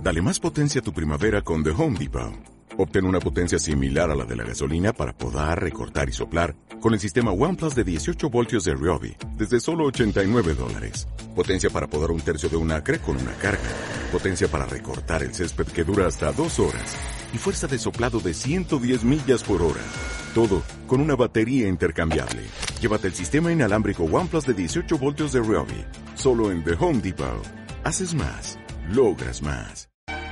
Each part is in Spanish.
Dale más potencia a tu primavera con The Home Depot. Obtén una potencia similar a la de la gasolina para podar, recortar y soplar con el sistema OnePlus de 18 voltios de Ryobi desde solo $89. Potencia para podar un tercio de un acre con una carga. Potencia para recortar el césped que dura hasta 2 horas. Y fuerza de soplado de 110 millas por hora. Todo con una batería intercambiable. Llévate el sistema inalámbrico OnePlus de 18 voltios de Ryobi. Solo en The Home Depot. Haces más. Logras más.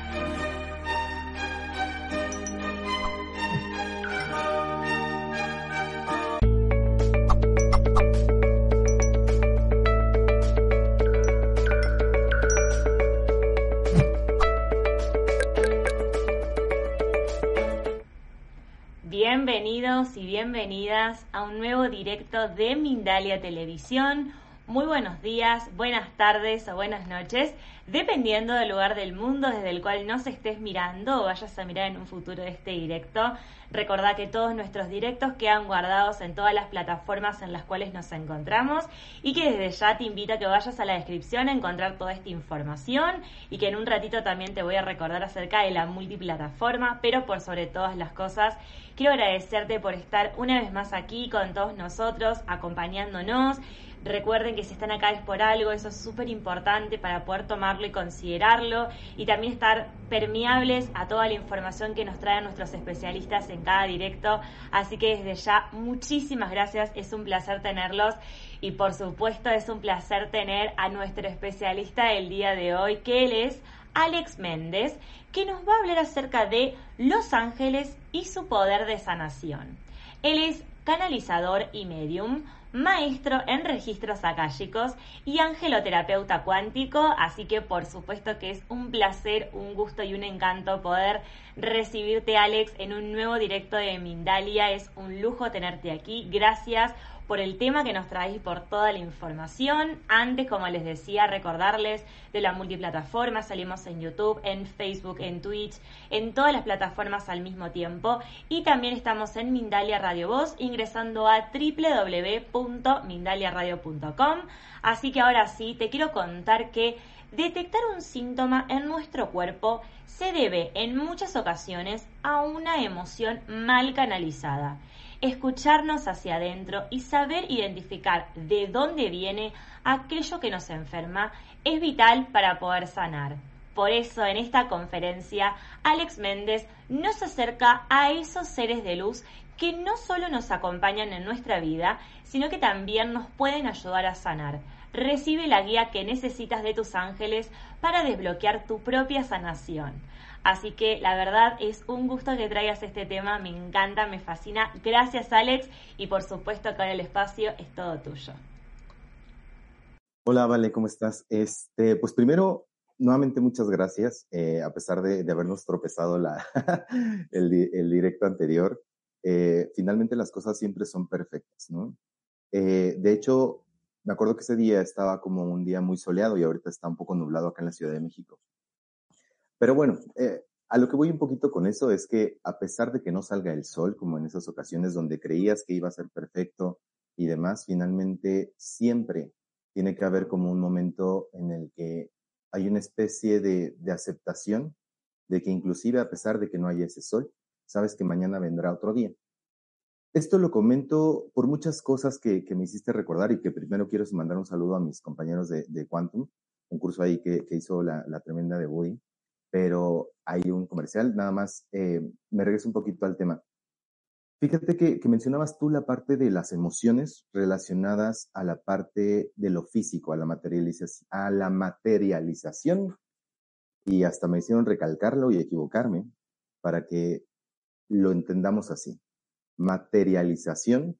Bienvenidos y bienvenidas a un nuevo directo de Mindalia Televisión. Muy buenos días, buenas tardes o buenas noches, dependiendo del lugar del mundo desde el cual nos estés mirando o vayas a mirar en un futuro este directo. Recordá que todos nuestros directos quedan guardados en todas las plataformas en las cuales nos encontramos y que desde ya te invito a que vayas a la descripción a encontrar toda esta información y que en un ratito también te voy a recordar acerca de la multiplataforma, pero por sobre todas las cosas quiero agradecerte por estar una vez más aquí con todos nosotros, acompañándonos. Recuerden que si están acá es por algo, eso es súper importante para poder tomarlo y considerarlo y también estar permeables a toda la información que nos traen nuestros especialistas en cada directo. Así que desde ya, muchísimas gracias, es un placer tenerlos y por supuesto es un placer tener a nuestro especialista del día de hoy, que él es Alex Méndez, que nos va a hablar acerca de los ángeles y su poder de sanación. Él es canalizador y medium, maestro en registros akáshicos y angeloterapeuta cuántico, así que por supuesto que es un placer, un gusto y un encanto poder recibirte, Alex, en un nuevo directo de Mindalia. Es un lujo tenerte aquí. Gracias por el tema que nos traéis y por toda la información. Antes, como les decía, recordarles de la multiplataforma. Salimos en YouTube, en Facebook, en Twitch, en todas las plataformas al mismo tiempo. Y también estamos en Mindalia Radio Voz, ingresando a www.mindaliaradio.com. Así que ahora sí, te quiero contar que detectar un síntoma en nuestro cuerpo se debe en muchas ocasiones a una emoción mal canalizada. Escucharnos hacia adentro y saber identificar de dónde viene aquello que nos enferma es vital para poder sanar. Por eso, en esta conferencia, Alex Méndez nos acerca a esos seres de luz que no solo nos acompañan en nuestra vida, sino que también nos pueden ayudar a sanar. Recibe la guía que necesitas de tus ángeles para desbloquear tu propia sanación. Así que la verdad es un gusto que traigas este tema, me encanta, me fascina. Gracias, Alex, y por supuesto que ahora el espacio es todo tuyo. Hola, Vale, ¿cómo estás? Pues primero, nuevamente muchas gracias, a pesar de habernos tropezado el directo anterior. Finalmente las cosas siempre son perfectas, ¿no? De hecho, me acuerdo que ese día estaba como un día muy soleado y ahorita está un poco nublado acá en la Ciudad de México. Pero bueno, a lo que voy un poquito con eso es que a pesar de que no salga el sol, como en esas ocasiones donde creías que iba a ser perfecto y demás, finalmente siempre tiene que haber como un momento en el que hay una especie de aceptación de que inclusive a pesar de que no haya ese sol, sabes que mañana vendrá otro día. Esto lo comento por muchas cosas que me hiciste recordar y que primero quiero mandar un saludo a mis compañeros de Quantum, un curso ahí que hizo la tremenda de Woody, pero hay un comercial, nada más me regreso un poquito al tema. Fíjate que mencionabas tú la parte de las emociones relacionadas a la parte de lo físico, a la materialización, y hasta me hicieron recalcarlo y equivocarme para que lo entendamos así. Materialización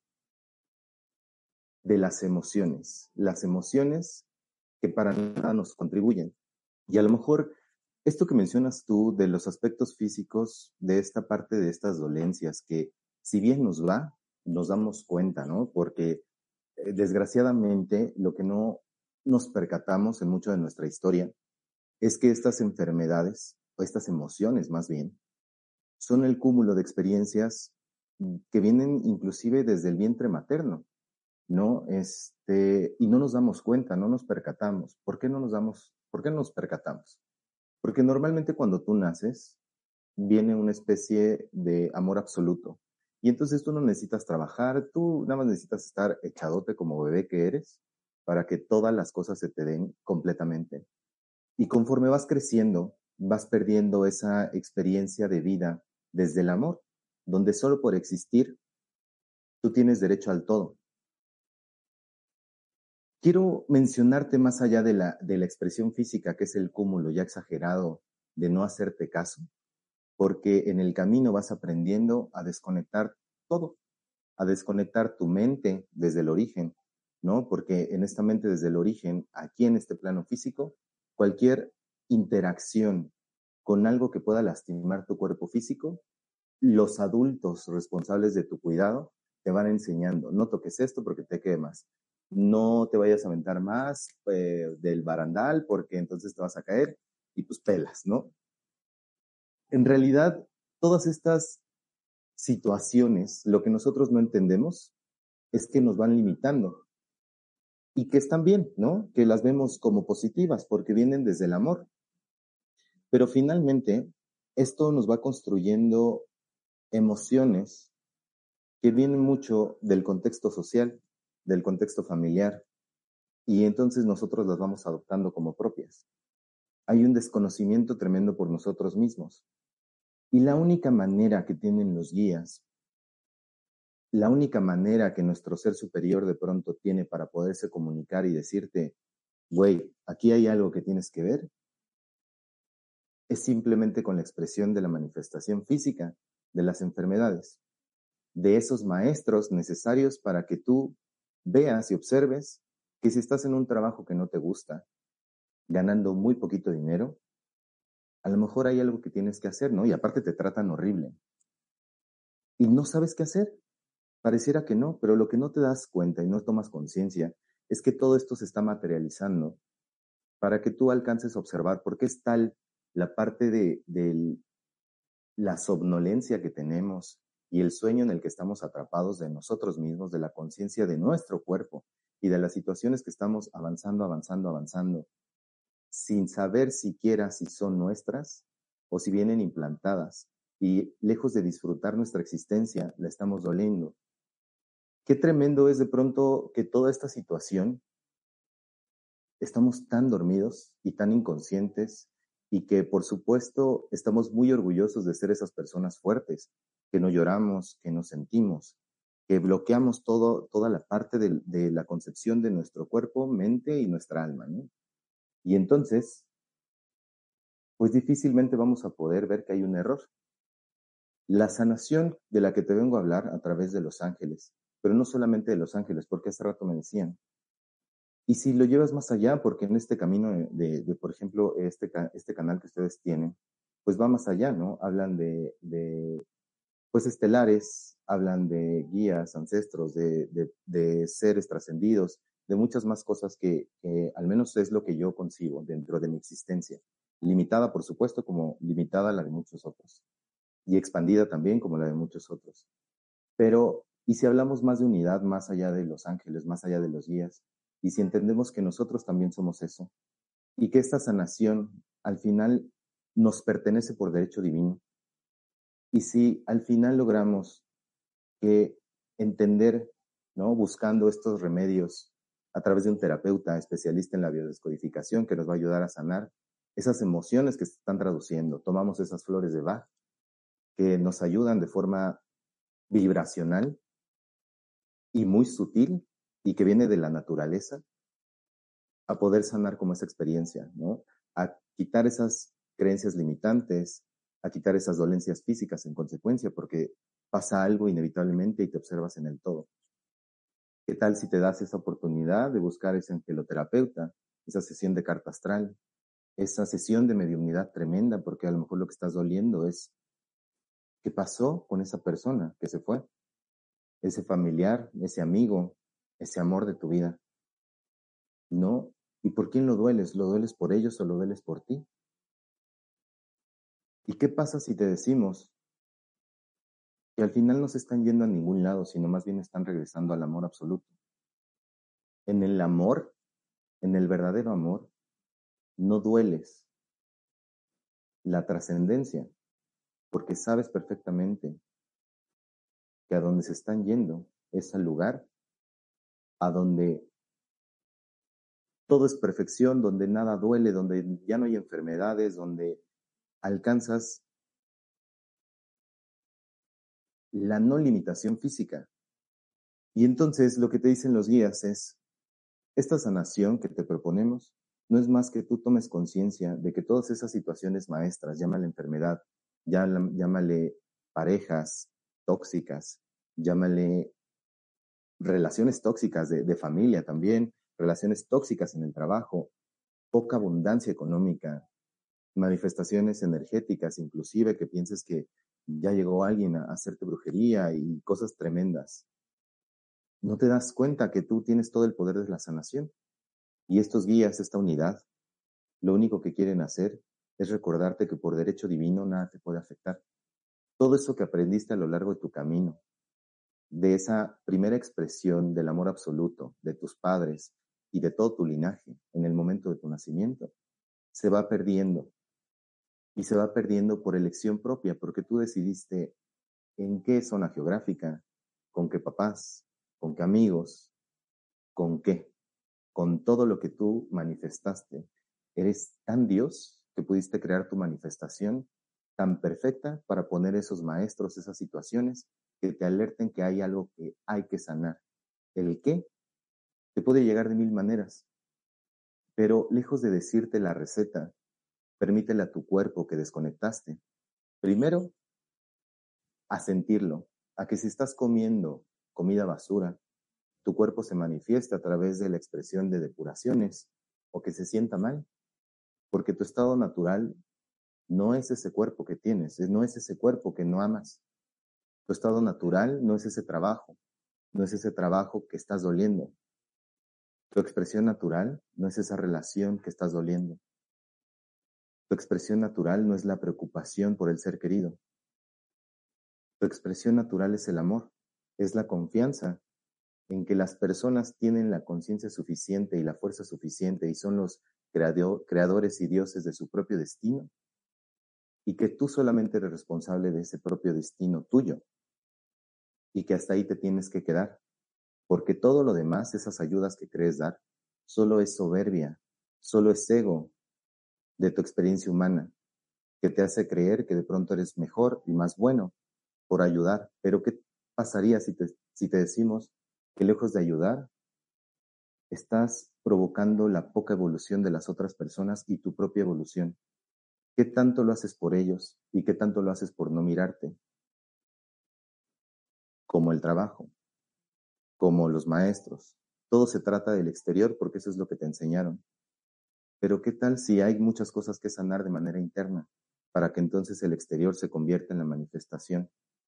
de las emociones que para nada nos contribuyen. Y a lo mejor esto que mencionas tú de los aspectos físicos, de esta parte de estas dolencias, que si bien nos va, nos damos cuenta, ¿no? Porque desgraciadamente lo que no nos percatamos en mucho de nuestra historia es que estas enfermedades, o estas emociones más bien, son el cúmulo de experiencias que vienen inclusive desde el vientre materno, ¿no? Y no nos damos cuenta, no nos percatamos. ¿Por qué no nos percatamos? Porque normalmente cuando tú naces, viene una especie de amor absoluto. Y entonces tú no necesitas trabajar, tú nada más necesitas estar echadote como bebé que eres para que todas las cosas se te den completamente. Y conforme vas creciendo, vas perdiendo esa experiencia de vida desde el amor, donde solo por existir tú tienes derecho al todo. Quiero mencionarte más allá de la expresión física, que es el cúmulo ya exagerado de no hacerte caso, porque en el camino vas aprendiendo a desconectar todo, a desconectar tu mente desde el origen, ¿no? Porque en esta mente desde el origen, aquí en este plano físico, cualquier interacción con algo que pueda lastimar tu cuerpo físico, los adultos responsables de tu cuidado te van enseñando, no toques esto porque te quemas, no te vayas a aventar más del barandal porque entonces te vas a caer y pues pelas, ¿no? En realidad, todas estas situaciones, lo que nosotros no entendemos es que nos van limitando y que están bien, ¿no? Que las vemos como positivas porque vienen desde el amor. Pero finalmente, esto nos va construyendo emociones que vienen mucho del contexto social, del contexto familiar, y entonces nosotros las vamos adoptando como propias. Hay un desconocimiento tremendo por nosotros mismos. Y la única manera que tienen los guías, la única manera que nuestro ser superior de pronto tiene para poderse comunicar y decirte, güey, aquí hay algo que tienes que ver, es simplemente con la expresión de la manifestación física de las enfermedades, de esos maestros necesarios para que tú veas y observes que si estás en un trabajo que no te gusta, ganando muy poquito dinero, a lo mejor hay algo que tienes que hacer, ¿no? Y aparte te tratan horrible. Y no sabes qué hacer. Pareciera que no, pero lo que no te das cuenta y no tomas conciencia es que todo esto se está materializando para que tú alcances a observar por qué es tal la parte de la somnolencia que tenemos y el sueño en el que estamos atrapados de nosotros mismos, de la conciencia de nuestro cuerpo y de las situaciones que estamos avanzando, sin saber siquiera si son nuestras o si vienen implantadas. Y lejos de disfrutar nuestra existencia, la estamos doliendo. Qué tremendo es de pronto que toda esta situación, estamos tan dormidos y tan inconscientes y que por supuesto estamos muy orgullosos de ser esas personas fuertes, que no lloramos, que no sentimos, que bloqueamos toda la parte de la concepción de nuestro cuerpo, mente y nuestra alma, ¿no? Y entonces, pues difícilmente vamos a poder ver que hay un error. La sanación de la que te vengo a hablar a través de los ángeles, pero no solamente de los ángeles, porque hace rato me decían, y si lo llevas más allá, porque en este camino por ejemplo, este canal que ustedes tienen, pues va más allá, ¿no? Hablan pues, estelares, hablan de guías, ancestros, de seres trascendidos, de muchas más cosas que al menos es lo que yo concibo dentro de mi existencia. Limitada, por supuesto, como limitada la de muchos otros. Y expandida también como la de muchos otros. Pero, ¿y si hablamos más de unidad, más allá de los ángeles, más allá de los guías? Y si entendemos que nosotros también somos eso, y que esta sanación al final nos pertenece por derecho divino, y si al final logramos que entender, ¿no? Buscando estos remedios a través de un terapeuta especialista en la biodescodificación que nos va a ayudar a sanar esas emociones que se están traduciendo, tomamos esas flores de Bach que nos ayudan de forma vibracional y muy sutil y que viene de la naturaleza, a poder sanar como esa experiencia, ¿no? A quitar esas creencias limitantes, a quitar esas dolencias físicas en consecuencia, porque pasa algo inevitablemente y te observas en el todo. ¿Qué tal si te das esa oportunidad de buscar ese angeloterapeuta, esa sesión de carta astral, esa sesión de mediunidad tremenda, porque a lo mejor lo que estás doliendo es qué pasó con esa persona que se fue, ese familiar, ese amigo, ese amor de tu vida, ¿no? ¿Y por quién lo dueles? ¿Lo dueles por ellos o lo dueles por ti? ¿Y qué pasa si te decimos que al final no se están yendo a ningún lado, sino más bien están regresando al amor absoluto? En el amor, en el verdadero amor, no dueles, la trascendencia, porque sabes perfectamente que a donde se están yendo es al lugar a donde todo es perfección, donde nada duele, donde ya no hay enfermedades, donde alcanzas la no limitación física. Y entonces lo que te dicen los guías es, esta sanación que te proponemos no es más que tú tomes conciencia de que todas esas situaciones maestras, llámale enfermedad, llámale parejas tóxicas, llámale relaciones tóxicas de familia también, relaciones tóxicas en el trabajo, poca abundancia económica, manifestaciones energéticas, inclusive que pienses que ya llegó alguien a hacerte brujería y cosas tremendas. No te das cuenta que tú tienes todo el poder de la sanación. Y estos guías, esta unidad, lo único que quieren hacer es recordarte que por derecho divino nada te puede afectar. Todo eso que aprendiste a lo largo de tu camino, de esa primera expresión del amor absoluto de tus padres y de todo tu linaje en el momento de tu nacimiento, se va perdiendo. Y se va perdiendo por elección propia, porque tú decidiste en qué zona geográfica, con qué papás, con qué amigos, con qué, con todo lo que tú manifestaste. Eres tan Dios que pudiste crear tu manifestación tan perfecta para poner esos maestros, esas situaciones que te alerten que hay algo que hay que sanar. El qué te puede llegar de mil maneras, pero lejos de decirte la receta, permítele a tu cuerpo que desconectaste. Primero, a sentirlo, a que si estás comiendo comida basura, tu cuerpo se manifiesta a través de la expresión de depuraciones o que se sienta mal, porque tu estado natural no es ese cuerpo que tienes, no es ese cuerpo que no amas. Tu estado natural no es ese trabajo, no es ese trabajo que estás doliendo. Tu expresión natural no es esa relación que estás doliendo. Tu expresión natural no es la preocupación por el ser querido. Tu expresión natural es el amor, es la confianza en que las personas tienen la conciencia suficiente y la fuerza suficiente y son los creadores y dioses de su propio destino, y que tú solamente eres responsable de ese propio destino tuyo, y que hasta ahí te tienes que quedar, porque todo lo demás, esas ayudas que crees dar, solo es soberbia, solo es ego de tu experiencia humana, que te hace creer que de pronto eres mejor y más bueno por ayudar. Pero ¿qué pasaría si te decimos que lejos de ayudar, estás provocando la poca evolución de las otras personas y tu propia evolución? ¿Qué tanto lo haces por ellos y qué tanto lo haces por no mirarte? Como el trabajo, como los maestros. Todo se trata del exterior porque eso es lo que te enseñaron. Pero ¿qué tal si hay muchas cosas que sanar de manera interna para que entonces el exterior se convierta en la manifestación?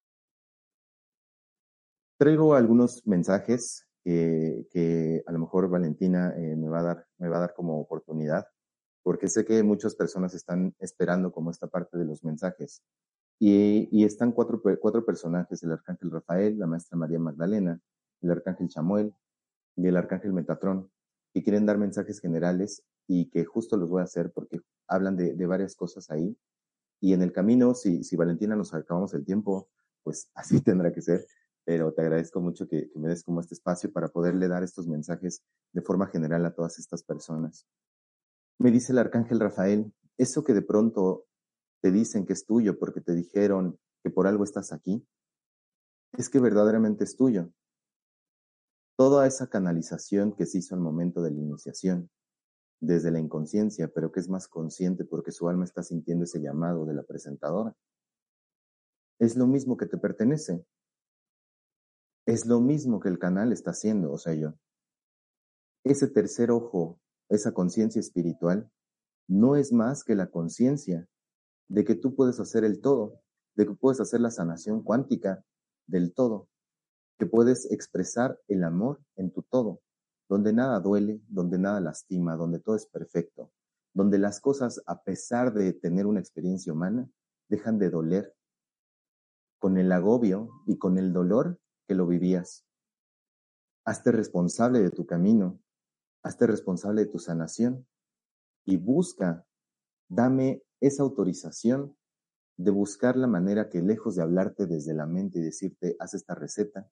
Traigo algunos mensajes que a lo mejor Valentina me va a dar como oportunidad, porque sé que muchas personas están esperando como esta parte de los mensajes. Y están cuatro personajes: el arcángel Rafael, la maestra María Magdalena, el arcángel Chamuel y el arcángel Metatrón, que quieren dar mensajes generales y que justo los voy a hacer porque hablan de varias cosas ahí. Y en el camino, si Valentina nos acabamos el tiempo, pues así tendrá que ser. Pero te agradezco mucho que me des como este espacio para poderle dar estos mensajes de forma general a todas estas personas. Me dice el arcángel Rafael, eso que de pronto te dicen que es tuyo porque te dijeron que por algo estás aquí, es que verdaderamente es tuyo. Toda esa canalización que se hizo al momento de la iniciación, desde la inconsciencia, pero que es más consciente porque su alma está sintiendo ese llamado de la presentadora, es lo mismo que te pertenece. Es lo mismo que el canal está haciendo, o sea, yo. Ese tercer ojo, esa conciencia espiritual, no es más que la conciencia de que tú puedes hacer el todo, de que puedes hacer la sanación cuántica del todo, que puedes expresar el amor en tu todo, donde nada duele, donde nada lastima, donde todo es perfecto, donde las cosas, a pesar de tener una experiencia humana, dejan de doler con el agobio y con el dolor que lo vivías. Hazte responsable de tu camino, hazte responsable de tu sanación y busca, dame esa autorización de buscar la manera que, lejos de hablarte desde la mente y decirte, haz esta receta,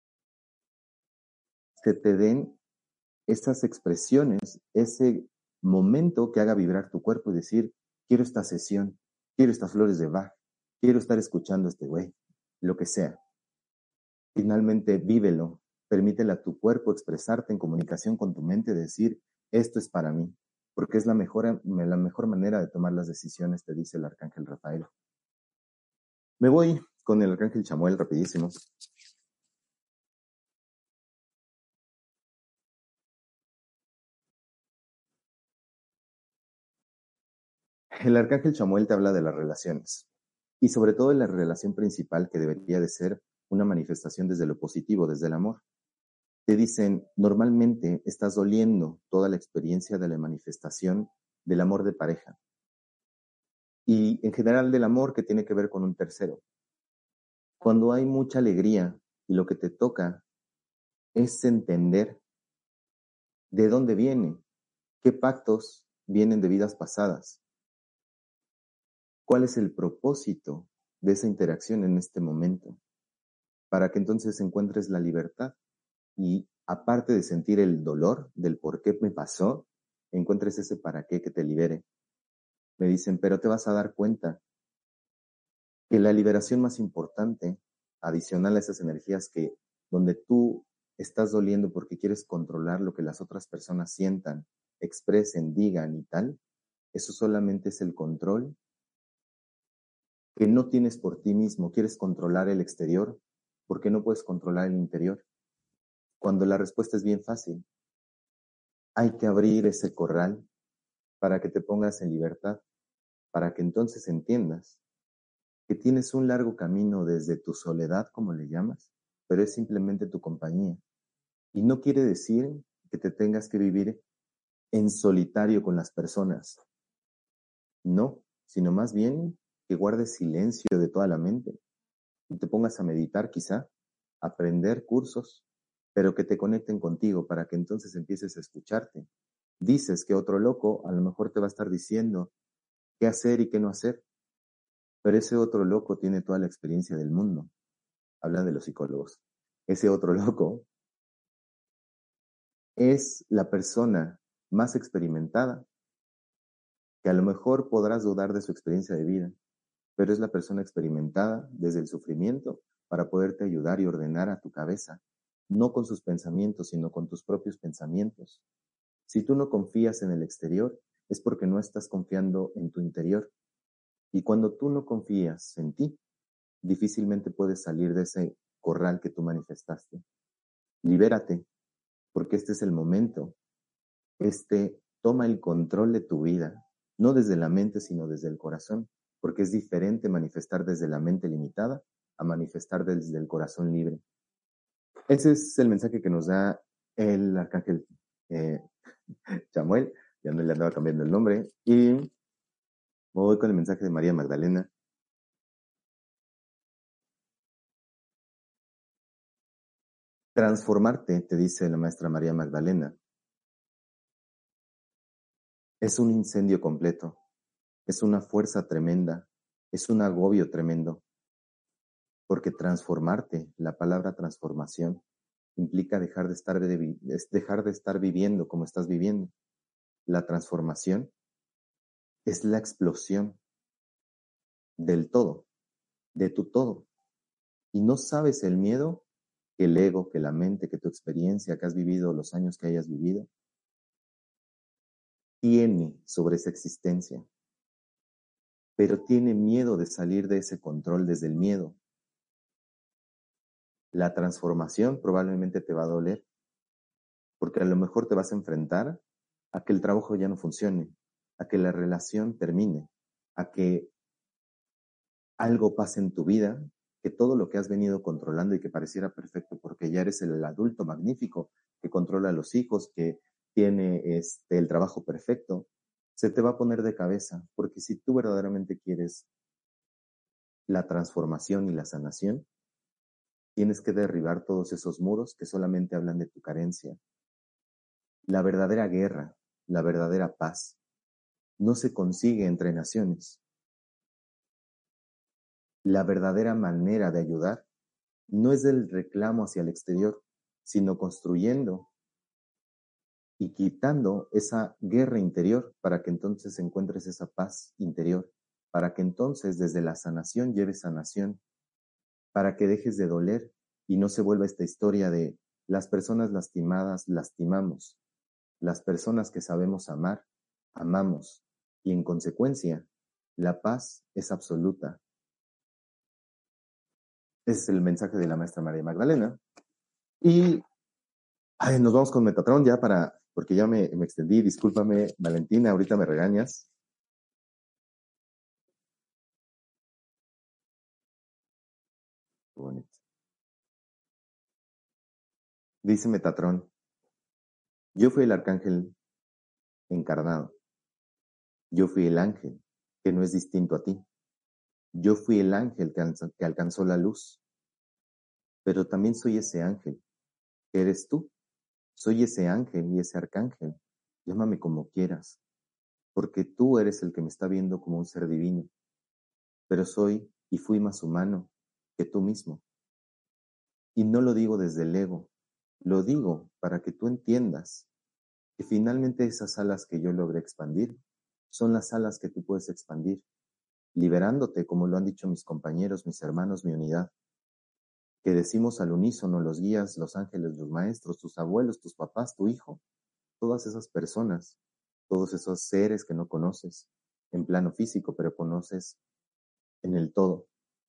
se te den esas expresiones, ese momento que haga vibrar tu cuerpo y decir, quiero esta sesión, quiero estas flores de Bach, quiero estar escuchando a este güey, lo que sea. Finalmente, vívelo, permítele a tu cuerpo expresarte en comunicación con tu mente, decir, esto es para mí, porque es la mejor manera de tomar las decisiones, te dice el Arcángel Rafael. Me voy con el Arcángel Chamuel rapidísimo. El Arcángel Chamuel te habla de las relaciones y sobre todo de la relación principal que debería de ser una manifestación desde lo positivo, desde el amor. Te dicen, normalmente estás doliendo toda la experiencia de la manifestación del amor de pareja y en general del amor que tiene que ver con un tercero. Cuando hay mucha alegría y lo que te toca es entender de dónde viene, qué pactos vienen de vidas pasadas, cuál es el propósito de esa interacción en este momento, para que entonces encuentres la libertad y aparte de sentir el dolor del por qué me pasó, encuentres ese para qué que te libere. Me dicen, pero te vas a dar cuenta que la liberación más importante, adicional a esas energías que donde tú estás doliendo porque quieres controlar lo que las otras personas sientan, expresen, digan y tal, eso solamente es el control que no tienes por ti mismo. Quieres controlar el exterior porque no puedes controlar el interior. Cuando la respuesta es bien fácil, hay que abrir ese corral para que te pongas en libertad, para que entonces entiendas que tienes un largo camino desde tu soledad, como le llamas, pero es simplemente tu compañía. Y no quiere decir que te tengas que vivir en solitario con las personas. No, sino más bien que guardes silencio de toda la mente y te pongas a meditar quizá, aprender cursos, pero que te conecten contigo para que entonces empieces a escucharte. Dices que otro loco a lo mejor te va a estar diciendo qué hacer y qué no hacer, pero ese otro loco tiene toda la experiencia del mundo. Hablan de los psicólogos. Ese otro loco es la persona más experimentada, que a lo mejor podrás dudar de su experiencia de vida, pero es la persona experimentada desde el sufrimiento para poderte ayudar y ordenar a tu cabeza, no con sus pensamientos, sino con tus propios pensamientos. Si tú no confías en el exterior, es porque no estás confiando en tu interior. Y cuando tú no confías en ti, difícilmente puedes salir de ese corral que tú manifestaste. Libérate, porque este es el momento. Toma el control de tu vida, no desde la mente, sino desde el corazón, porque es diferente manifestar desde la mente limitada a manifestar desde el corazón libre. Ese es el mensaje que nos da el Arcángel Chamuel, ya no le andaba cambiando el nombre, y voy con el mensaje de María Magdalena. Transformarte, te dice la maestra María Magdalena, es un incendio completo, es una fuerza tremenda, es un agobio tremendo, porque transformarte, la palabra transformación, implica dejar de estar viviendo como estás viviendo. La transformación es la explosión del todo, de tu todo. Y no sabes el miedo que el ego, que la mente, que tu experiencia, que has vivido, los años que hayas vivido, tiene sobre esa existencia. Pero tiene miedo de salir de ese control desde el miedo. La transformación probablemente te va a doler, porque a lo mejor te vas a enfrentar a que el trabajo ya no funcione, a que la relación termine, a que algo pase en tu vida, que todo lo que has venido controlando y que pareciera perfecto porque ya eres el adulto magnífico que controla a los hijos, que tiene el trabajo perfecto, se te va a poner de cabeza, porque si tú verdaderamente quieres la transformación y la sanación, tienes que derribar todos esos muros que solamente hablan de tu carencia. La verdadera guerra, la verdadera paz, no se consigue entre naciones. La verdadera manera de ayudar no es del reclamo hacia el exterior, sino construyendo y quitando esa guerra interior para que entonces encuentres esa paz interior, para que entonces desde la sanación lleves sanación, para que dejes de doler y no se vuelva esta historia de las personas lastimadas lastimamos, las personas que sabemos amar, amamos, y en consecuencia, la paz es absoluta. Ese es el mensaje de la maestra María Magdalena. Y nos vamos con Metatron ya porque ya me extendí, discúlpame Valentina, ahorita me regañas. Qué bonito. Dice Metatron, yo fui el arcángel encarnado, yo fui el ángel que no es distinto a ti, yo fui el ángel que alcanzó la luz, pero también soy ese ángel que eres tú, soy ese ángel y ese arcángel, llámame como quieras, porque tú eres el que me está viendo como un ser divino, pero soy y fui más humano que tú mismo. Y no lo digo desde el ego, lo digo para que tú entiendas que finalmente esas alas que yo logré expandir son las alas que tú puedes expandir, liberándote, como lo han dicho mis compañeros, mis hermanos, mi unidad, que decimos al unísono, los guías, los ángeles, los maestros, tus abuelos, tus papás, tu hijo, todas esas personas, todos esos seres que no conoces en plano físico, pero conoces en el todo.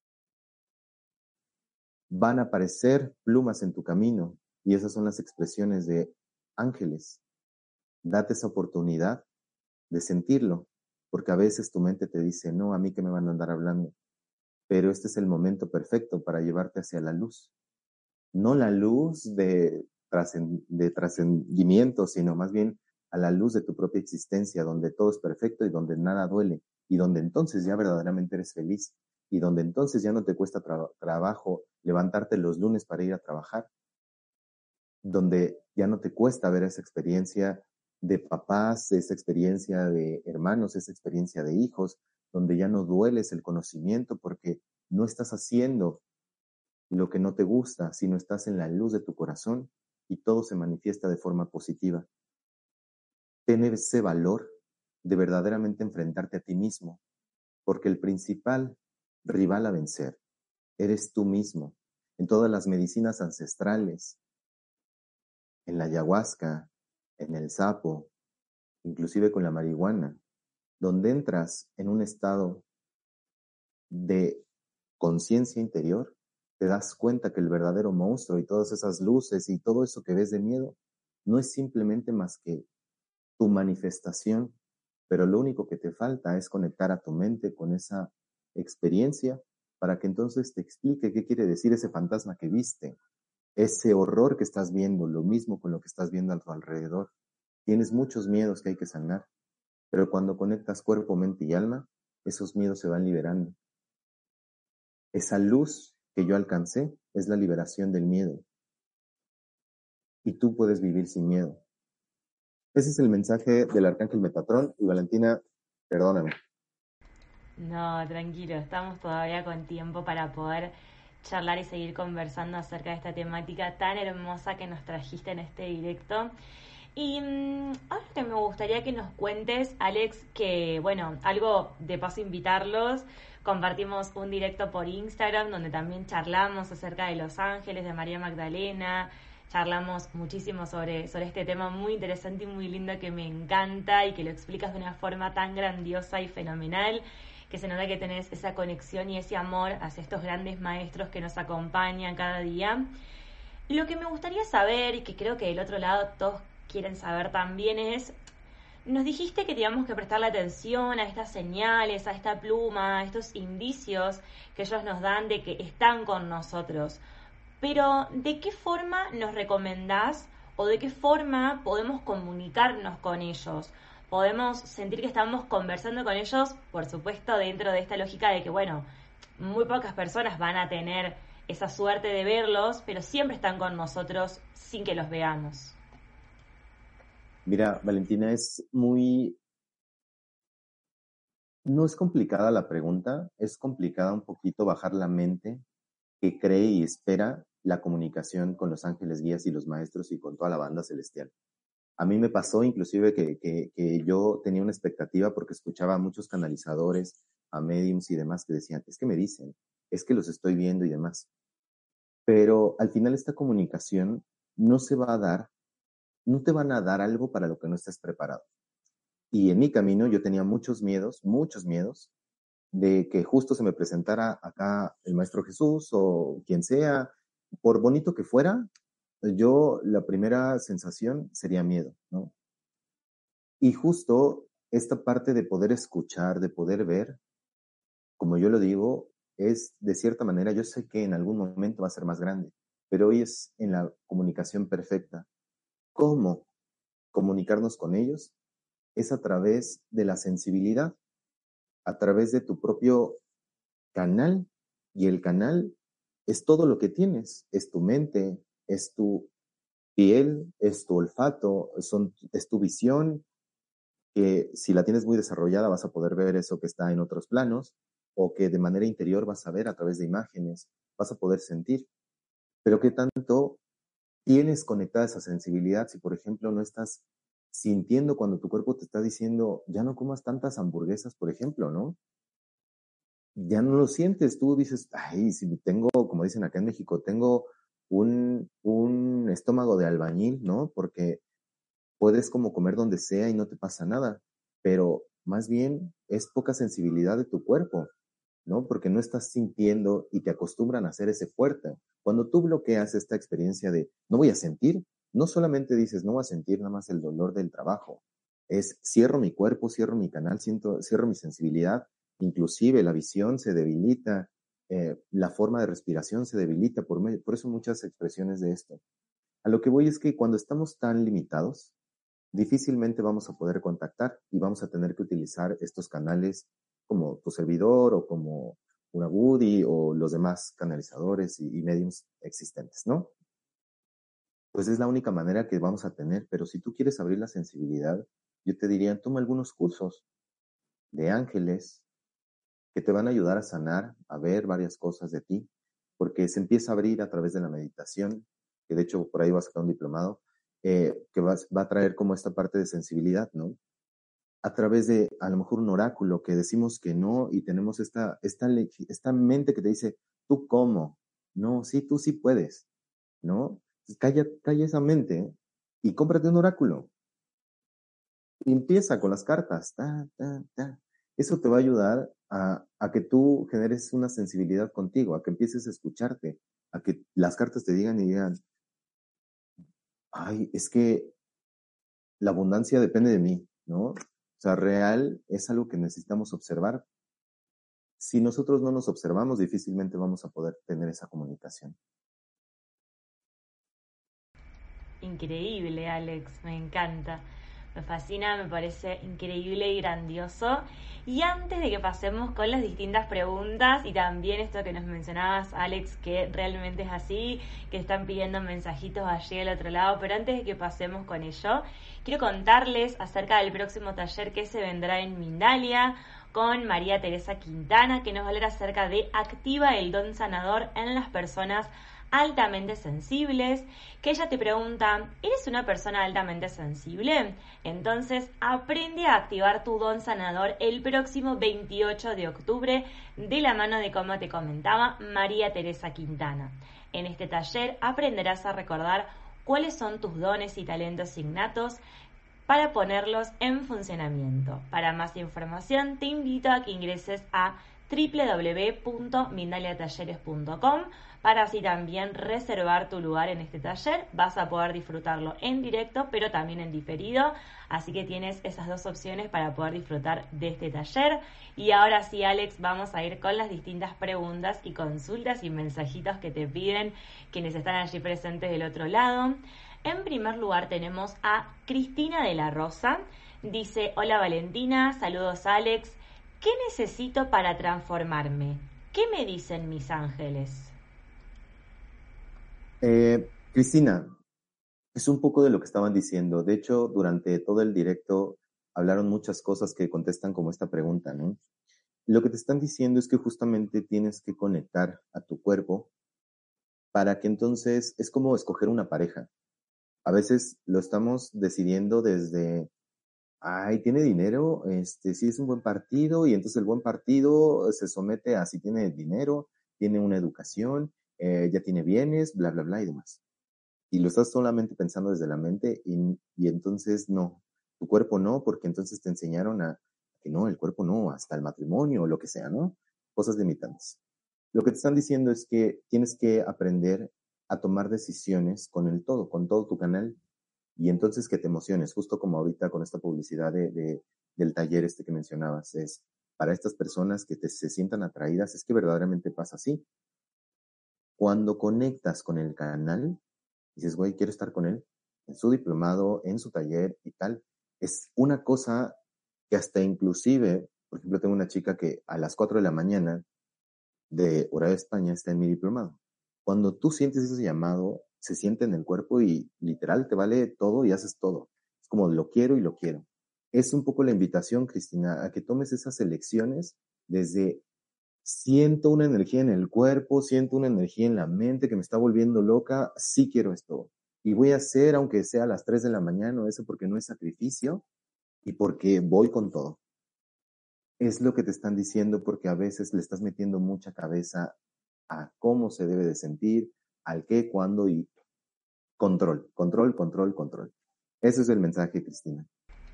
Van a aparecer plumas en tu camino y esas son las expresiones de ángeles. Date esa oportunidad de sentirlo, porque a veces tu mente te dice, no, a mí que me van a andar hablando, pero este es el momento perfecto para llevarte hacia la luz. No la luz de trascendimiento, sino más bien a la luz de tu propia existencia, donde todo es perfecto y donde nada duele, y donde entonces ya verdaderamente eres feliz, y donde entonces ya no te cuesta trabajo levantarte los lunes para ir a trabajar, donde ya no te cuesta ver esa experiencia de papás, esa experiencia de hermanos, esa experiencia de hijos, donde ya no dueles el conocimiento porque no estás haciendo lo que no te gusta, sino estás en la luz de tu corazón y todo se manifiesta de forma positiva. Tener ese valor de verdaderamente enfrentarte a ti mismo, porque el principal rival a vencer eres tú mismo. En todas las medicinas ancestrales, en la ayahuasca, en el sapo, inclusive con la marihuana, donde entras en un estado de conciencia interior, te das cuenta que el verdadero monstruo y todas esas luces y todo eso que ves de miedo no es simplemente más que tu manifestación, pero lo único que te falta es conectar a tu mente con esa experiencia para que entonces te explique qué quiere decir ese fantasma que viste, ese horror que estás viendo, lo mismo con lo que estás viendo a tu alrededor. Tienes muchos miedos que hay que sanar, pero cuando conectas cuerpo, mente y alma, esos miedos se van liberando. Esa luz que yo alcancé es la liberación del miedo. Y tú puedes vivir sin miedo. Ese es el mensaje del Arcángel Metatron. Y Valentina, perdóname. No, tranquilo, estamos todavía con tiempo para poder charlar y seguir conversando acerca de esta temática tan hermosa que nos trajiste en este directo. Y ahora que me gustaría que nos cuentes, Alex, que bueno, algo de paso invitarlos, compartimos un directo por Instagram donde también charlamos acerca de los ángeles de María Magdalena, charlamos muchísimo sobre este tema muy interesante y muy lindo que me encanta y que lo explicas de una forma tan grandiosa y fenomenal, que se nota que tenés esa conexión y ese amor hacia estos grandes maestros que nos acompañan cada día. Lo que me gustaría saber, y que creo que del otro lado todos quieren saber también, es, nos dijiste que teníamos que prestarle atención a estas señales, a esta pluma, a estos indicios que ellos nos dan de que están con nosotros. Pero, ¿de qué forma nos recomendás o de qué forma podemos comunicarnos con ellos? Podemos sentir que estamos conversando con ellos, por supuesto, dentro de esta lógica de que, bueno, muy pocas personas van a tener esa suerte de verlos, pero siempre están con nosotros sin que los veamos. Mira, Valentina, es muy No es complicada la pregunta, es complicada un poquito bajar la mente que cree y espera la comunicación con los ángeles guías y los maestros y con toda la banda celestial. A mí me pasó inclusive que yo tenía una expectativa porque escuchaba a muchos canalizadores, a mediums y demás que decían, es que me dicen, es que los estoy viendo y demás. Pero al final esta comunicación no se va a dar, no te van a dar algo para lo que no estés preparado. Y en mi camino yo tenía muchos miedos de que justo se me presentara acá el Maestro Jesús o quien sea, por bonito que fuera, yo la primera sensación sería miedo, ¿no? Y justo esta parte de poder escuchar, de poder ver, como yo lo digo, es de cierta manera, yo sé que en algún momento va a ser más grande, pero hoy es en la comunicación perfecta. ¿Cómo comunicarnos con ellos? Es a través de la sensibilidad, a través de tu propio canal, y el canal es todo lo que tienes, es tu mente, es tu piel, es tu olfato, es tu visión, que si la tienes muy desarrollada vas a poder ver eso que está en otros planos, o que de manera interior vas a ver a través de imágenes, vas a poder sentir. Pero ¿qué tanto tienes conectada esa sensibilidad si, por ejemplo, no estás sintiendo cuando tu cuerpo te está diciendo, ya no comas tantas hamburguesas, por ejemplo, ¿no? Ya no lo sientes, tú dices, ay, si tengo, como dicen acá en México, tengo un estómago de albañil, ¿no? Porque puedes como comer donde sea y no te pasa nada, pero más bien es poca sensibilidad de tu cuerpo, ¿no? Porque no estás sintiendo y te acostumbran a hacer ese fuerte. Cuando tú bloqueas esta experiencia de no voy a sentir, no solamente dices no voy a sentir nada más el dolor del trabajo, es cierro mi cuerpo, cierro mi canal, cierro mi sensibilidad, inclusive la visión se debilita, la forma de respiración se debilita, por eso muchas expresiones de esto. A lo que voy es que cuando estamos tan limitados, difícilmente vamos a poder contactar y vamos a tener que utilizar estos canales como tu servidor o como una Woody o los demás canalizadores y mediums existentes, ¿no? Pues es la única manera que vamos a tener, pero si tú quieres abrir la sensibilidad, yo te diría, toma algunos cursos de ángeles que te van a ayudar a sanar, a ver varias cosas de ti, porque se empieza a abrir a través de la meditación, que de hecho por ahí va a sacar un diplomado, que va a traer como esta parte de sensibilidad, ¿no? A través de a lo mejor un oráculo que decimos que no y tenemos esta mente que te dice, ¿tú cómo? No, sí, tú sí puedes, ¿no? Calla esa mente y cómprate un oráculo. Y empieza con las cartas. Ta, ta, ta. Eso te va a ayudar a que tú generes una sensibilidad contigo, a que empieces a escucharte, a que las cartas te digan y digan, ay, es que la abundancia depende de mí, ¿no? O sea, real es algo que necesitamos observar. Si nosotros no nos observamos, difícilmente vamos a poder tener esa comunicación. Increíble, Alex, me encanta. Me fascina, me parece increíble y grandioso. Y antes de que pasemos con las distintas preguntas y también esto que nos mencionabas, Alex, que realmente es así, que están pidiendo mensajitos allí al otro lado, pero antes de que pasemos con ello, quiero contarles acerca del próximo taller que se vendrá en Mindalia con María Teresa Quintana, que nos va a hablar acerca de activa el don sanador en las personas altamente sensibles, que ella te pregunta, ¿eres una persona altamente sensible? Entonces aprende a activar tu don sanador el próximo 28 de octubre de la mano de, como te comentaba, María Teresa Quintana. En este taller aprenderás a recordar cuáles son tus dones y talentos innatos para ponerlos en funcionamiento. Para más información te invito a que ingreses a www.mindaliatalleres.com para así también reservar tu lugar en este taller. Vas a poder disfrutarlo en directo, pero también en diferido. Así que tienes esas dos opciones para poder disfrutar de este taller. Y ahora sí, Alex, vamos a ir con las distintas preguntas y consultas y mensajitos que te piden quienes están allí presentes del otro lado. En primer lugar tenemos a Cristina de la Rosa. Dice, hola Valentina, saludos Alex. ¿Qué necesito para transformarme? ¿Qué me dicen mis ángeles? Cristina, es un poco de lo que estaban diciendo. De hecho, durante todo el directo hablaron muchas cosas que contestan como esta pregunta, ¿no? Lo que te están diciendo es que justamente tienes que conectar a tu cuerpo para que entonces es como escoger una pareja. A veces lo estamos decidiendo desde, ay, tiene dinero, sí es un buen partido, y entonces el buen partido se somete a si tiene dinero, tiene una educación, ya tiene bienes, bla, bla, bla y demás. Y lo estás solamente pensando desde la mente y entonces no, tu cuerpo no, porque entonces te enseñaron a que no, el cuerpo no, hasta el matrimonio o lo que sea, ¿no? Cosas limitantes. Lo que te están diciendo es que tienes que aprender a tomar decisiones con todo tu canal, y entonces que te emociones, justo como ahorita con esta publicidad del taller que mencionabas, es para estas personas que se sientan atraídas, es que verdaderamente pasa así. Cuando conectas con el canal, dices, güey, quiero estar con él, en su diplomado, en su taller y tal. Es una cosa que hasta inclusive, por ejemplo, tengo una chica que a las 4 de la mañana de hora de España está en mi diplomado. Cuando tú sientes ese llamado, se siente en el cuerpo y literal te vale todo y haces todo. Es como lo quiero y lo quiero. Es un poco la invitación, Cristina, a que tomes esas elecciones desde siento una energía en el cuerpo, siento una energía en la mente que me está volviendo loca, sí quiero esto. Y voy a hacer, aunque sea a las 3 de la mañana, eso porque no es sacrificio y porque voy con todo. Es lo que te están diciendo porque a veces le estás metiendo mucha cabeza a cómo se debe de sentir, al qué, cuándo y control, control, control, control. Ese es el mensaje, Cristina.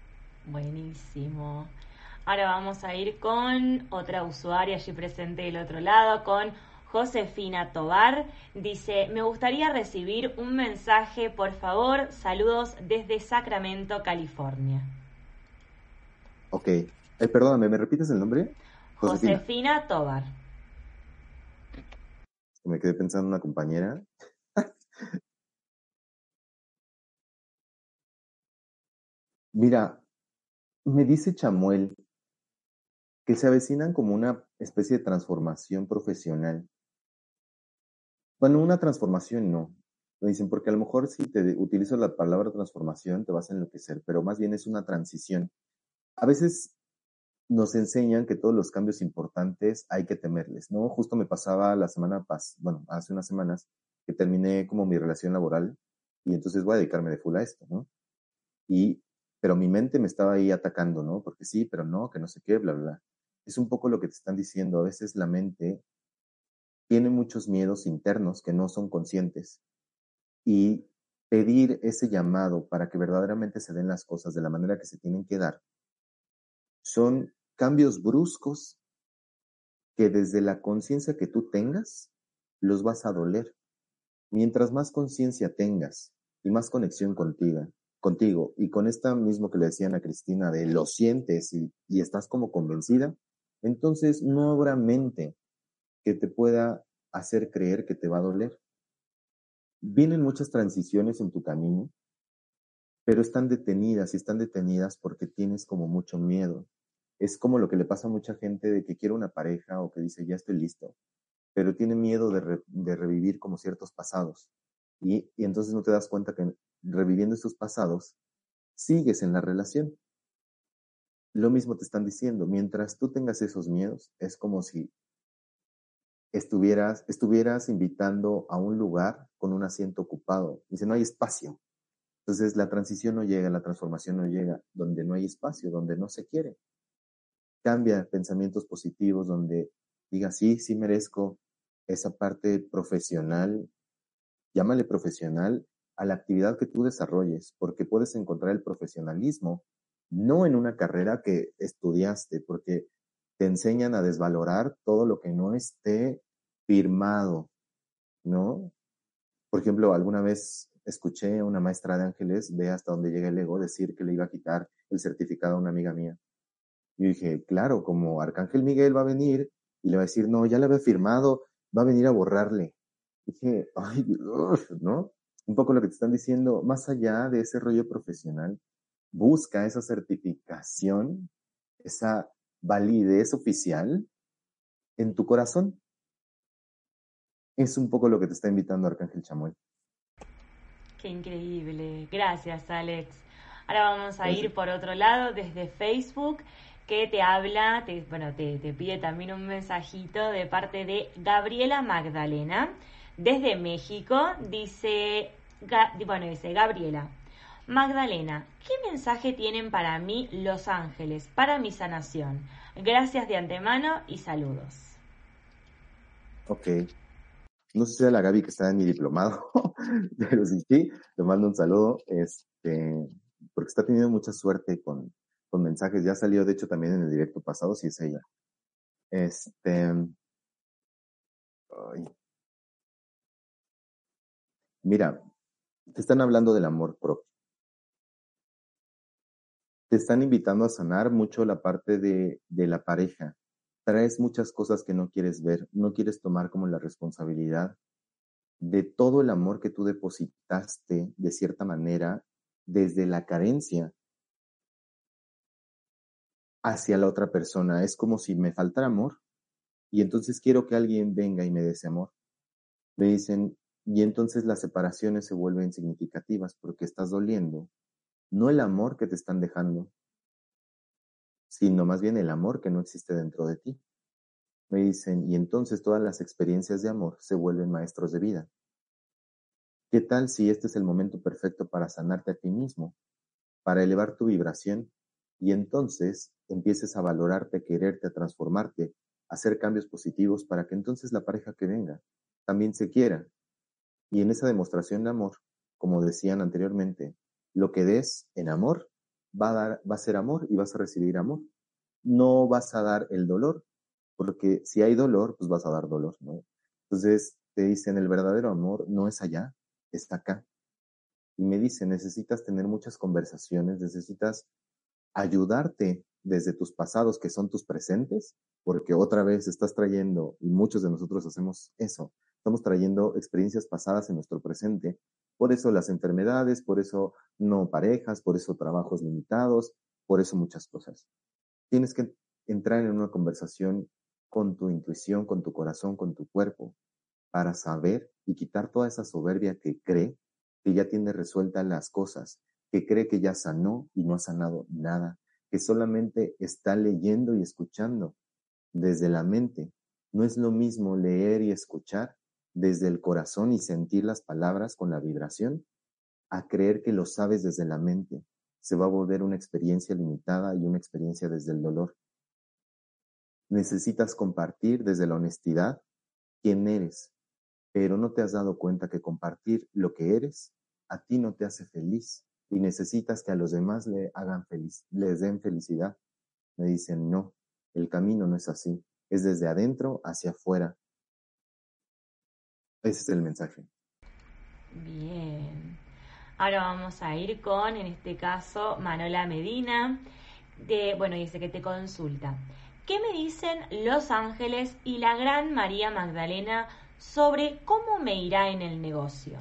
Buenísimo. Ahora vamos a ir con otra usuaria allí presente del otro lado, con Josefina Tobar. Dice, me gustaría recibir un mensaje, por favor. Saludos desde Sacramento, California. Ok. Perdóname, ¿me repites el nombre? Josefina Tobar. Me quedé pensando en una compañera. Mira, me dice Chamuel que se avecinan como una especie de transformación profesional. Bueno, una transformación no. Me dicen, porque a lo mejor si te utilizo la palabra transformación te vas a enloquecer, pero más bien es una transición. A veces nos enseñan que todos los cambios importantes hay que temerles, ¿no? Justo me pasaba hace unas semanas que terminé como mi relación laboral y entonces voy a dedicarme de full a esto, ¿no? Pero mi mente me estaba ahí atacando, ¿no? Porque sí, pero no, que no sé qué, bla, bla, bla. Es un poco lo que te están diciendo. A veces la mente tiene muchos miedos internos que no son conscientes y pedir ese llamado para que verdaderamente se den las cosas de la manera que se tienen que dar son cambios bruscos que desde la conciencia que tú tengas los vas a doler. Mientras más conciencia tengas y más conexión contigo y con esta mismo que le decían a Cristina de lo sientes y estás como convencida, entonces no habrá mente que te pueda hacer creer que te va a doler. Vienen muchas transiciones en tu camino, pero están detenidas porque tienes como mucho miedo. Es como lo que le pasa a mucha gente de que quiere una pareja o que dice ya estoy listo, pero tiene miedo de revivir como ciertos pasados. Y entonces no te das cuenta que reviviendo estos pasados, sigues en la relación. Lo mismo te están diciendo, mientras tú tengas esos miedos, es como si estuvieras invitando a un lugar con un asiento ocupado. Dice, no hay espacio. Entonces la transición no llega, la transformación no llega, donde no hay espacio, donde no se quiere. Cambia pensamientos positivos, donde diga, sí, sí merezco esa parte profesional, llámale profesional a la actividad que tú desarrolles, porque puedes encontrar el profesionalismo no en una carrera que estudiaste, porque te enseñan a desvalorar todo lo que no esté firmado, ¿no? Por ejemplo, alguna vez escuché a una maestra de ángeles, ve hasta dónde llega el ego, decir que le iba a quitar el certificado a una amiga mía. Y dije, claro, como Arcángel Miguel va a venir y le va a decir, no, ya le había firmado, va a venir a borrarle. Dije, ay, Dios, ¿no? Un poco lo que te están diciendo, más allá de ese rollo profesional, busca esa certificación, esa validez oficial en tu corazón. Es un poco lo que te está invitando Arcángel Chamuel. Qué increíble. Gracias, Alex. Ahora vamos a ir por otro lado desde Facebook, que te habla, te pide también un mensajito de parte de Gabriela Magdalena, desde México. Dice Gabriela: Magdalena, ¿qué mensaje tienen para mí los ángeles, para mi sanación? Gracias de antemano y saludos. Ok. No sé si era la Gaby que está en mi diplomado, pero sí, le mando un saludo, porque está teniendo mucha suerte con mensajes. Ya salió, de hecho, también en el directo pasado, si es ella. Ay. Mira, te están hablando del amor propio. Te están invitando a sanar mucho la parte de la pareja. Traes muchas cosas que no quieres ver, no quieres tomar como la responsabilidad de todo el amor que tú depositaste de cierta manera desde la carencia hacia la otra persona. Es como si me faltara amor y entonces quiero que alguien venga y me dé ese amor. Me dicen, y entonces las separaciones se vuelven significativas porque estás doliendo, no el amor que te están dejando, sino más bien el amor que no existe dentro de ti. Me dicen, y entonces todas las experiencias de amor se vuelven maestros de vida. ¿Qué tal si este es el momento perfecto para sanarte a ti mismo, para elevar tu vibración y entonces empieces a valorarte, a quererte, a transformarte, a hacer cambios positivos para que entonces la pareja que venga también se quiera? Y en esa demostración de amor, como decían anteriormente, lo que des en amor va a ser amor y vas a recibir amor. No vas a dar el dolor, porque si hay dolor, pues vas a dar dolor, ¿no? Entonces te dicen, el verdadero amor no es allá, está acá. Y me dicen, necesitas tener muchas conversaciones, necesitas ayudarte desde tus pasados, que son tus presentes, porque otra vez estás trayendo, y muchos de nosotros hacemos eso, estamos trayendo experiencias pasadas en nuestro presente. Por eso las enfermedades, por eso no parejas, por eso trabajos limitados, por eso muchas cosas. Tienes que entrar en una conversación con tu intuición, con tu corazón, con tu cuerpo, para saber y quitar toda esa soberbia que cree que ya tiene resueltas las cosas, que cree que ya sanó y no ha sanado nada, que solamente está leyendo y escuchando desde la mente. No es lo mismo leer y escuchar desde el corazón y sentir las palabras con la vibración, a creer que lo sabes desde la mente. Se va a volver una experiencia limitada y una experiencia desde el dolor. Necesitas compartir desde la honestidad quién eres, pero no te has dado cuenta que compartir lo que eres a ti no te hace feliz y necesitas que a los demás les den felicidad. Me dicen, no, el camino no es así, es desde adentro hacia afuera. Ese es el mensaje. Bien. Ahora vamos a ir con, en este caso, Manola Medina. Dice que te consulta. ¿Qué me dicen los ángeles y la gran María Magdalena sobre cómo me irá en el negocio?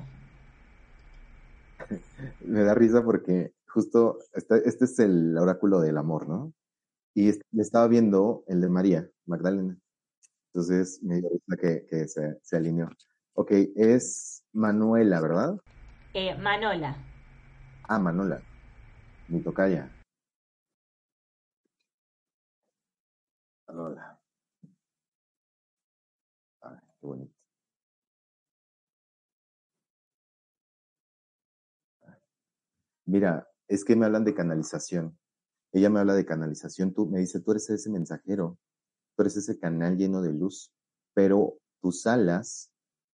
Me da risa porque justo este es el oráculo del amor, ¿no? Y le estaba viendo el de María Magdalena. Entonces me dio risa que se alineó. Ok, es Manuela, ¿verdad? Manola. Ah, Manola, mi tocaya. Manola. Ay, qué bonito. Mira, es que me hablan de canalización. Ella me habla de canalización. Me dice, tú eres ese mensajero, tú eres ese canal lleno de luz, pero tus alas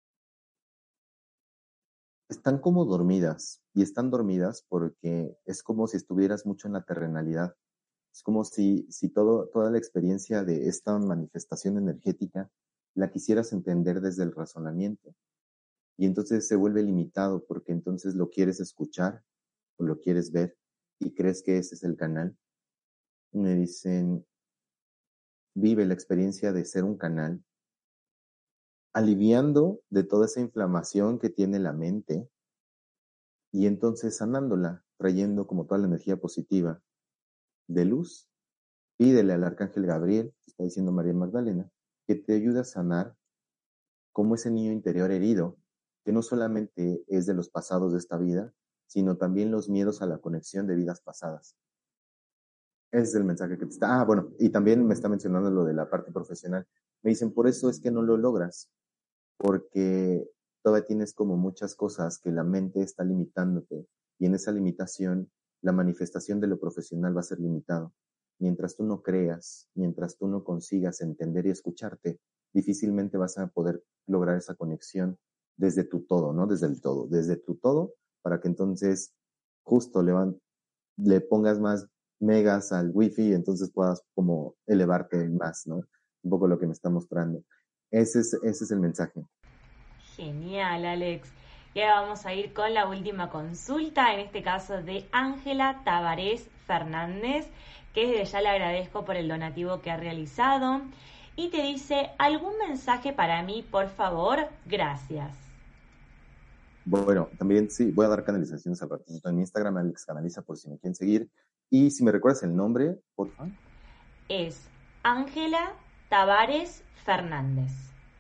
están como dormidas y están dormidas porque es como si estuvieras mucho en la terrenalidad. Es como si toda la experiencia de esta manifestación energética la quisieras entender desde el razonamiento. Y entonces se vuelve limitado porque entonces lo quieres escuchar o lo quieres ver y crees que ese es el canal. Me dicen, vive la experiencia de ser un canal, aliviando de toda esa inflamación que tiene la mente y entonces sanándola, trayendo como toda la energía positiva de luz. Pídele al arcángel Gabriel, está diciendo María Magdalena, que te ayude a sanar como ese niño interior herido, que no solamente es de los pasados de esta vida, sino también los miedos a la conexión de vidas pasadas. Ese es el mensaje que te está... bueno, y también me está mencionando lo de la parte profesional. Me dicen, por eso es que no lo logras, porque todavía tienes como muchas cosas que la mente está limitándote, y en esa limitación, la manifestación de lo profesional va a ser limitado. Mientras tú no creas, mientras tú no consigas entender y escucharte, difícilmente vas a poder lograr esa conexión desde tu todo, ¿no? Desde tu todo, para que entonces justo le pongas más megas al wifi y entonces puedas como elevarte más, ¿no? Un poco lo que me está mostrando. Ese es el mensaje. Genial, Alex. Y ahora vamos a ir con la última consulta, en este caso de Ángela Tabarés Fernández, que desde ya le agradezco por el donativo que ha realizado. Y te dice, ¿algún mensaje para mí, por favor? Gracias. Bueno, también sí, voy a dar canalizaciones al ratito en mi Instagram, Alex Canaliza, por si me quieren seguir. Y si me recuerdas el nombre, por favor. Es Ángela Tabarés Fernández.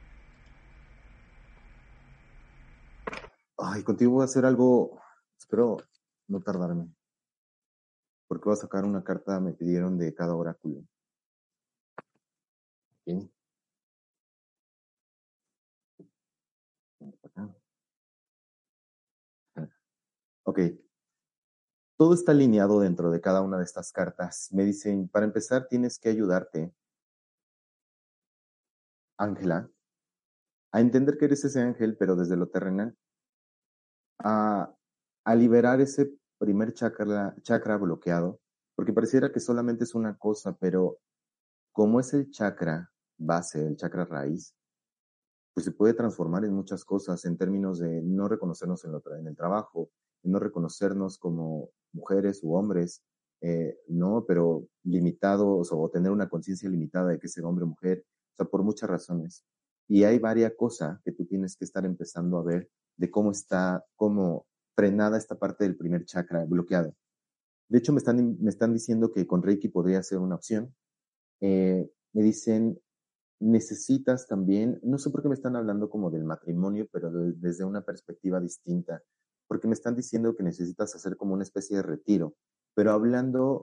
Ay, contigo voy a hacer algo, espero no tardarme, porque voy a sacar una carta, me pidieron de cada oráculo. ¿Sí? Ok. Todo está alineado dentro de cada una de estas cartas. Me dicen, para empezar, tienes que ayudarte, Ángela, a entender que eres ese ángel, pero desde lo terrenal, a, a liberar ese primer chakra bloqueado, porque pareciera que solamente es una cosa, pero como es el chakra base, el chakra raíz, pues se puede transformar en muchas cosas en términos de no reconocernos en el trabajo, de no reconocernos como mujeres u hombres, no, pero limitados o tener una conciencia limitada de que ser hombre o mujer, o sea, por muchas razones. Y hay varias cosas que tú tienes que estar empezando a ver de cómo frenada esta parte del primer chakra bloqueado. De hecho, me están diciendo que con Reiki podría ser una opción. Me dicen, necesitas también, no sé por qué me están hablando como del matrimonio, pero desde una perspectiva distinta, porque me están diciendo que necesitas hacer como una especie de retiro, pero hablando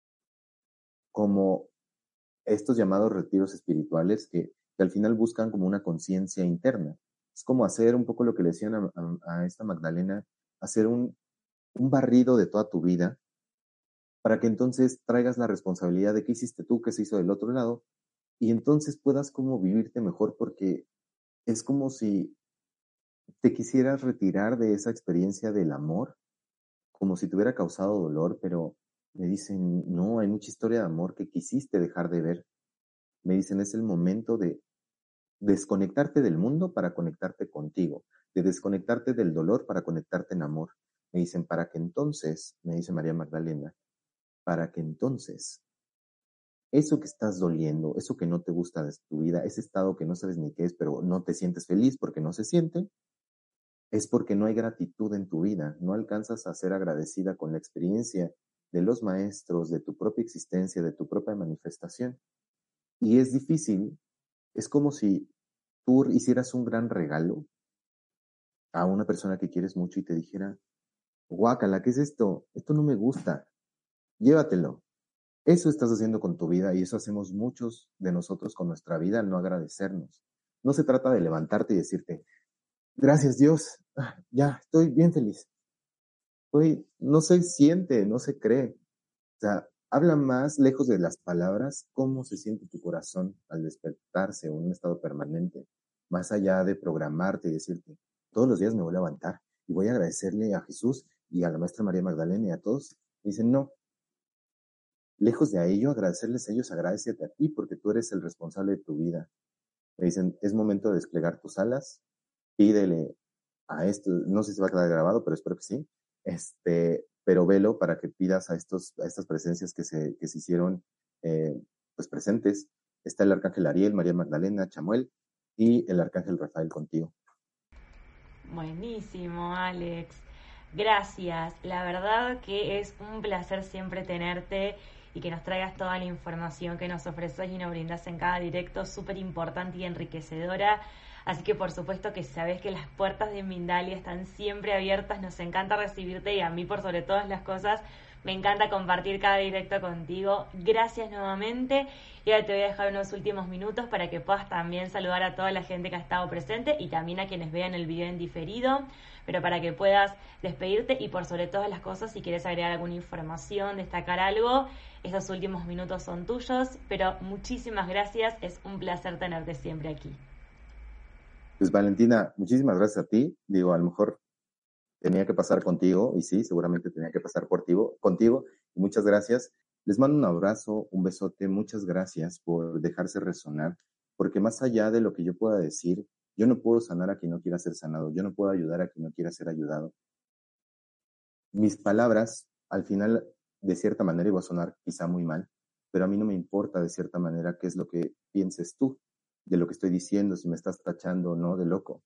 como estos llamados retiros espirituales que al final buscan como una conciencia interna. Es como hacer un poco lo que le decían a esta Magdalena, hacer un barrido de toda tu vida para que entonces traigas la responsabilidad de qué hiciste tú, qué se hizo del otro lado, y entonces puedas como vivirte mejor porque es como si te quisieras retirar de esa experiencia del amor, como si te hubiera causado dolor, pero me dicen, no, hay mucha historia de amor que quisiste dejar de ver. Me dicen, es el momento de desconectarte del mundo para conectarte contigo, de desconectarte del dolor para conectarte en amor. Me dicen, para que entonces, me dice María Magdalena, para que entonces eso que estás doliendo, eso que no te gusta de tu vida, ese estado que no sabes ni qué es, pero no te sientes feliz porque no se siente, es porque no hay gratitud en tu vida, no alcanzas a ser agradecida con la experiencia de los maestros, de tu propia existencia, de tu propia manifestación. Y es difícil, es como si tú hicieras un gran regalo a una persona que quieres mucho y te dijera, guácala, ¿qué es esto? Esto no me gusta, llévatelo. Eso estás haciendo con tu vida y eso hacemos muchos de nosotros con nuestra vida al no agradecernos. No se trata de levantarte y decirte, gracias Dios, ya estoy bien feliz. Hoy no se siente, no se cree. O sea, habla más lejos de las palabras cómo se siente tu corazón al despertarse en un estado permanente, más allá de programarte y decirte, todos los días me voy a levantar y voy a agradecerle a Jesús y a la Maestra María Magdalena y a todos. Y dicen, no, lejos de ello, agradecerles a ellos, agradecete a ti porque tú eres el responsable de tu vida. Me dicen, es momento de desplegar tus alas, pídele a esto, no sé si va a quedar grabado, pero espero que sí, pero velo para que pidas a estas presencias que se hicieron pues presentes. Está el Arcángel Ariel, María Magdalena, Chamuel y el Arcángel Rafael contigo. Buenísimo, Alex. Gracias. La verdad que es un placer siempre tenerte y que nos traigas toda la información que nos ofreces y nos brindas en cada directo, súper importante y enriquecedora. Así que por supuesto que sabés que las puertas de Mindalia están siempre abiertas, nos encanta recibirte y a mí por sobre todas las cosas me encanta compartir cada directo contigo. Gracias nuevamente y ahora te voy a dejar unos últimos minutos para que puedas también saludar a toda la gente que ha estado presente y también a quienes vean el video en diferido, pero para que puedas despedirte y por sobre todas las cosas, si quieres agregar alguna información, destacar algo, esos últimos minutos son tuyos, pero muchísimas gracias, es un placer tenerte siempre aquí. Pues Valentina, muchísimas gracias a ti. Digo, a lo mejor tenía que pasar contigo, y sí, seguramente tenía que pasar contigo, y muchas gracias. Les mando un abrazo, un besote, muchas gracias por dejarse resonar, porque más allá de lo que yo pueda decir, yo no puedo sanar a quien no quiera ser sanado, yo no puedo ayudar a quien no quiera ser ayudado. Mis palabras, al final, de cierta manera, iba a sonar quizá muy mal, pero a mí no me importa de cierta manera qué es lo que pienses tú de lo que estoy diciendo, si me estás tachando o no de loco.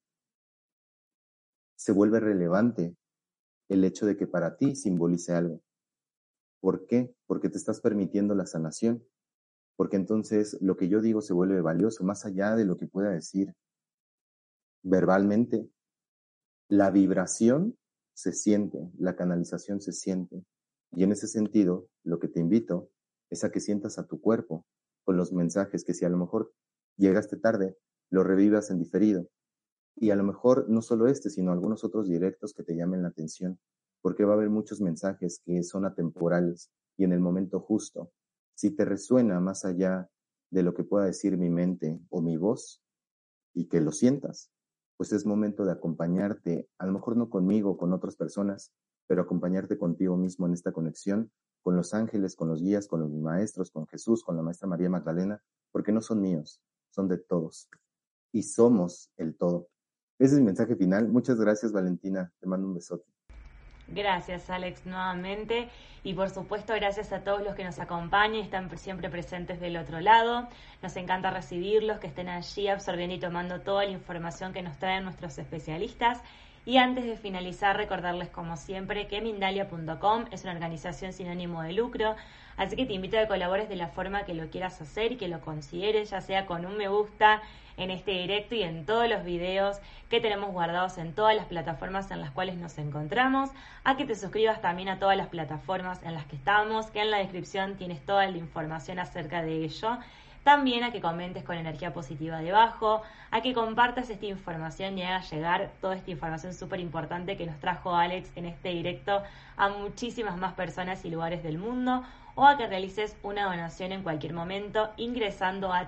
Se vuelve relevante el hecho de que para ti simbolice algo. ¿Por qué? Porque te estás permitiendo la sanación. Porque entonces lo que yo digo se vuelve valioso, más allá de lo que pueda decir verbalmente. La vibración se siente, la canalización se siente. Y en ese sentido, lo que te invito es a que sientas a tu cuerpo con los mensajes que si a lo mejor llegaste tarde, lo revivas en diferido. Y a lo mejor no solo sino algunos otros directos que te llamen la atención, porque va a haber muchos mensajes que son atemporales y en el momento justo. Si te resuena más allá de lo que pueda decir mi mente o mi voz y que lo sientas, pues es momento de acompañarte, a lo mejor no conmigo o con otras personas, pero acompañarte contigo mismo en esta conexión con los ángeles, con los guías, con los maestros, con Jesús, con la maestra María Magdalena, porque no son míos, son de todos y somos el todo. Ese es mi mensaje final. Muchas gracias, Valentina. Te mando un besote. Gracias, Alex, nuevamente. Y por supuesto, gracias a todos los que nos acompañan y están siempre presentes del otro lado. Nos encanta recibirlos, que estén allí absorbiendo y tomando toda la información que nos traen nuestros especialistas. Y antes de finalizar, recordarles como siempre que Mindalia.com es una organización sin ánimo de lucro, así que te invito a que colabores de la forma que lo quieras hacer y que lo consideres, ya sea con un me gusta en este directo y en todos los videos que tenemos guardados en todas las plataformas en las cuales nos encontramos, a que te suscribas también a todas las plataformas en las que estamos, que en la descripción tienes toda la información acerca de ello. También a que comentes con energía positiva debajo, a que compartas esta información y hagas llegar toda esta información súper importante que nos trajo Alex en este directo a muchísimas más personas y lugares del mundo, o a que realices una donación en cualquier momento ingresando a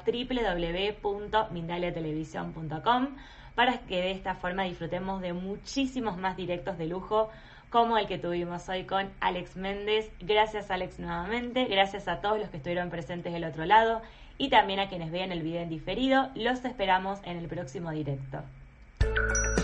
www.mindaliatelevisión.com para que de esta forma disfrutemos de muchísimos más directos de lujo como el que tuvimos hoy con Alex Méndez. Gracias, Alex, nuevamente. Gracias a todos los que estuvieron presentes del otro lado y también a quienes vean el video en diferido. Los esperamos en el próximo directo.